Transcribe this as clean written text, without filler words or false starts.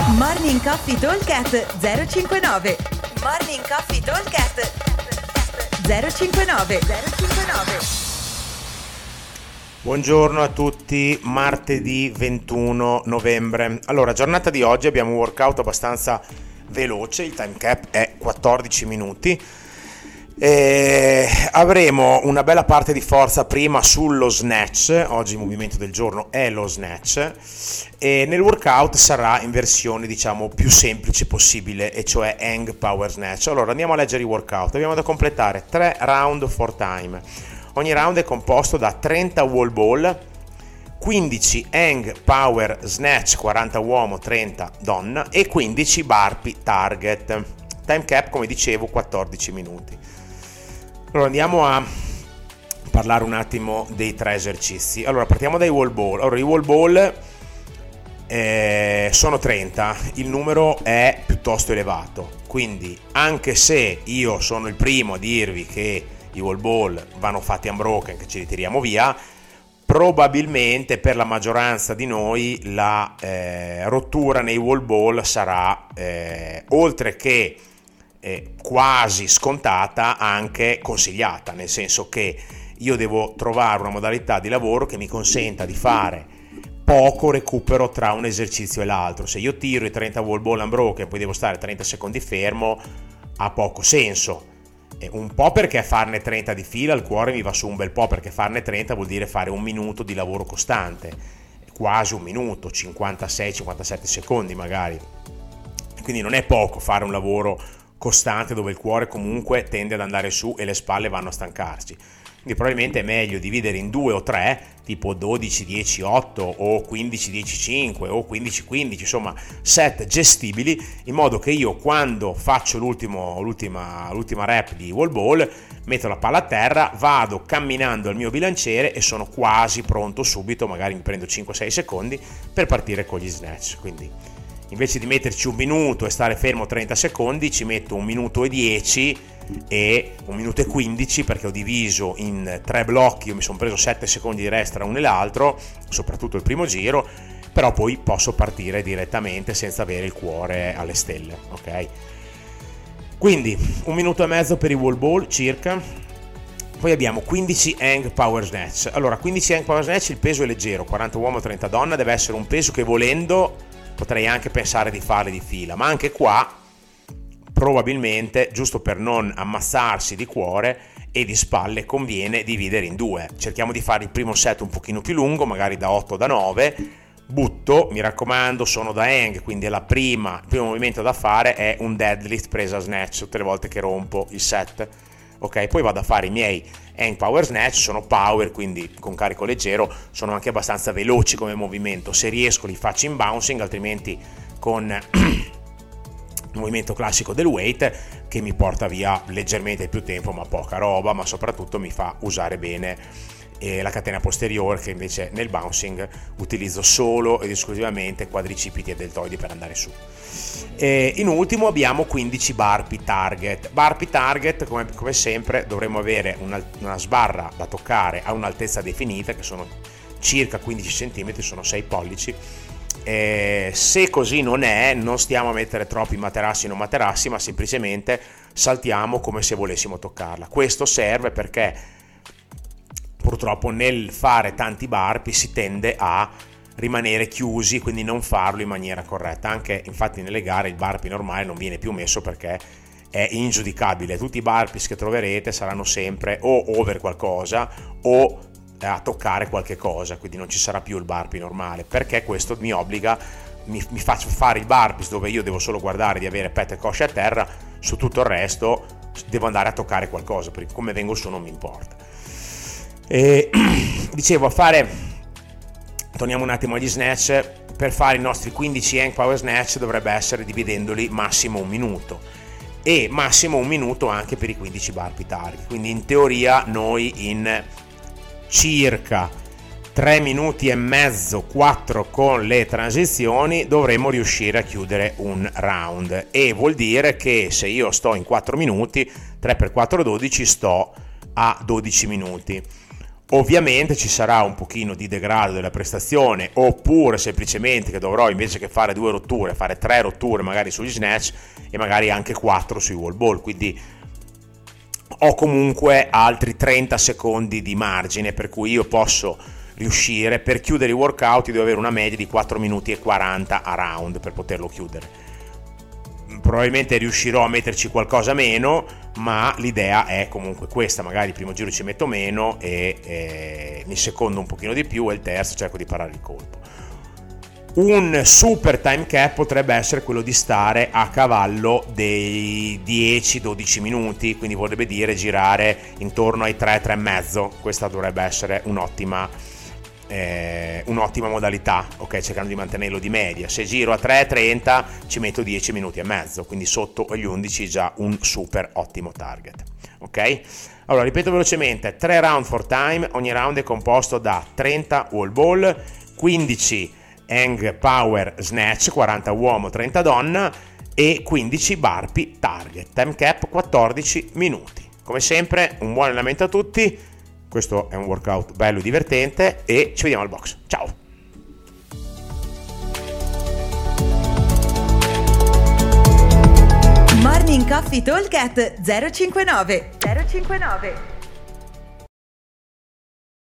Morning Coffee Talkcast 059. Morning Coffee Talkcast 059. Buongiorno a tutti, martedì 21 novembre. Allora, giornata di oggi abbiamo un workout abbastanza veloce, il time cap è 14 minuti. Avremo una bella parte di forza prima sullo snatch. Oggi il movimento del giorno è lo snatch e nel workout sarà in versione diciamo più semplice possibile, e cioè hang power snatch. Allora andiamo a leggere i workout. Abbiamo da completare 3 round for time. Ogni round è composto da 30 wall ball, 15 hang power snatch, 40 uomo 30 donna, e 15 burpee target. Time cap, come dicevo, 14 minuti. Allora andiamo a parlare un attimo dei 3 esercizi. Allora partiamo dai wall ball. Allora i wall ball sono 30, il numero è piuttosto elevato, quindi anche se io sono il primo a dirvi che i wall ball vanno fatti unbroken, che ci ritiriamo via, probabilmente per la maggioranza di noi la rottura nei wall ball sarà oltre che quasi scontata, anche consigliata, nel senso che io devo trovare una modalità di lavoro che mi consenta di fare poco recupero tra un esercizio e l'altro. Se io tiro i 30 wall ball unbroken e poi devo stare 30 secondi fermo, ha poco senso. Un po' perché farne 30 di fila il cuore mi va su un bel po', perché farne 30 vuol dire fare un minuto di lavoro costante, quasi un minuto, 56-57 secondi magari, quindi non è poco fare un lavoro costante dove il cuore comunque tende ad andare su e le spalle vanno a stancarsi. Quindi probabilmente è meglio dividere in 2 o 3, tipo 12-10-8 o 15-10-5 o 15-15, insomma set gestibili, in modo che io quando faccio l'ultima rep di wall ball metto la palla a terra, vado camminando al mio bilanciere e sono quasi pronto subito, magari mi prendo 5-6 secondi per partire con gli snatch. Quindi invece di metterci un minuto e stare fermo 30 secondi, ci metto 1 minuto e 10 e 1 minuto e 15, perché ho diviso in 3 blocchi. Io mi sono preso 7 secondi di rest tra uno e l'altro, soprattutto il primo giro, però poi posso partire direttamente senza avere il cuore alle stelle, ok? Quindi 1 minuto e mezzo per i wall ball circa. Poi abbiamo 15 hang power snatch. Allora 15 hang power snatch, il peso è leggero, 40 uomo 30 donna, deve essere un peso che volendo potrei anche pensare di farli di fila, ma anche qua probabilmente, giusto per non ammassarsi di cuore e di spalle, conviene dividere in 2. Cerchiamo di fare il primo set un pochino più lungo, magari da 8 o da 9, butto, mi raccomando, sono da hang, quindi il primo movimento da fare è un deadlift presa snatch tutte le volte che rompo il set, ok? Poi vado a fare i miei hang power snatch, sono power, quindi con carico leggero, sono anche abbastanza veloci come movimento. Se riesco li faccio in bouncing, altrimenti con il movimento classico del weight, che mi porta via leggermente più tempo ma poca roba, ma soprattutto mi fa usare bene la catena posteriore, che invece nel bouncing utilizzo solo ed esclusivamente quadricipiti e deltoidi per andare su. In ultimo abbiamo 15 burpee target. Burpee target, come sempre, dovremo avere una sbarra da toccare a un'altezza definita, che sono circa 15 cm, sono 6 pollici. Se così non è, non stiamo a mettere troppi materassi e non materassi, ma semplicemente saltiamo come se volessimo toccarla. Questo serve perché purtroppo nel fare tanti burpee si tende a rimanere chiusi, quindi non farlo in maniera corretta. Anche infatti nelle gare il burpee normale non viene più messo perché è ingiudicabile. Tutti i burpees che troverete saranno sempre o over qualcosa o a toccare qualche cosa, quindi non ci sarà più il burpee normale, perché questo mi obbliga, mi faccio fare il burpees dove io devo solo guardare di avere petto e coscia a terra, su tutto il resto devo andare a toccare qualcosa, perché come vengo su non mi importa. E dicevo, torniamo un attimo agli snatch. Per fare i nostri 15 hang power snatch dovrebbe essere dividendoli massimo 1 minuto e massimo 1 minuto anche per i 15 burpee target, quindi in teoria noi in circa 3 minuti e mezzo, 4 con le transizioni, dovremmo riuscire a chiudere un round, e vuol dire che se io sto in 4 minuti, 3 per 4 12, sto a 12 minuti. Ovviamente ci sarà un pochino di degrado della prestazione, oppure semplicemente che dovrò, invece che fare 2 rotture, fare 3 rotture magari sugli snatch e magari anche 4 sui wall ball, quindi ho comunque altri 30 secondi di margine, per cui io posso riuscire, per chiudere i workout devo avere una media di 4 minuti e 40 a round per poterlo chiudere. Probabilmente riuscirò a metterci qualcosa meno, ma l'idea è comunque questa: magari il primo giro ci metto meno e il secondo un pochino di più e il terzo cerco di parare il colpo. Un super time cap potrebbe essere quello di stare a cavallo dei 10-12 minuti, quindi vorrebbe dire girare intorno ai 3-3,5. Questa dovrebbe essere un'ottima modalità, ok, cercando di mantenerlo di media. Se giro a 3:30 ci metto 10 minuti e mezzo, quindi sotto gli 11 già un super ottimo target, ok? Allora ripeto velocemente: 3 round for time, ogni round è composto da 30 wall ball, 15 hang power snatch, 40 uomo 30 donna, e 15 burpee target, time cap 14 minuti. Come sempre un buon allenamento a tutti. Questo è un workout bello e divertente e ci vediamo al box. Ciao! Morning Coffee Talk at 059.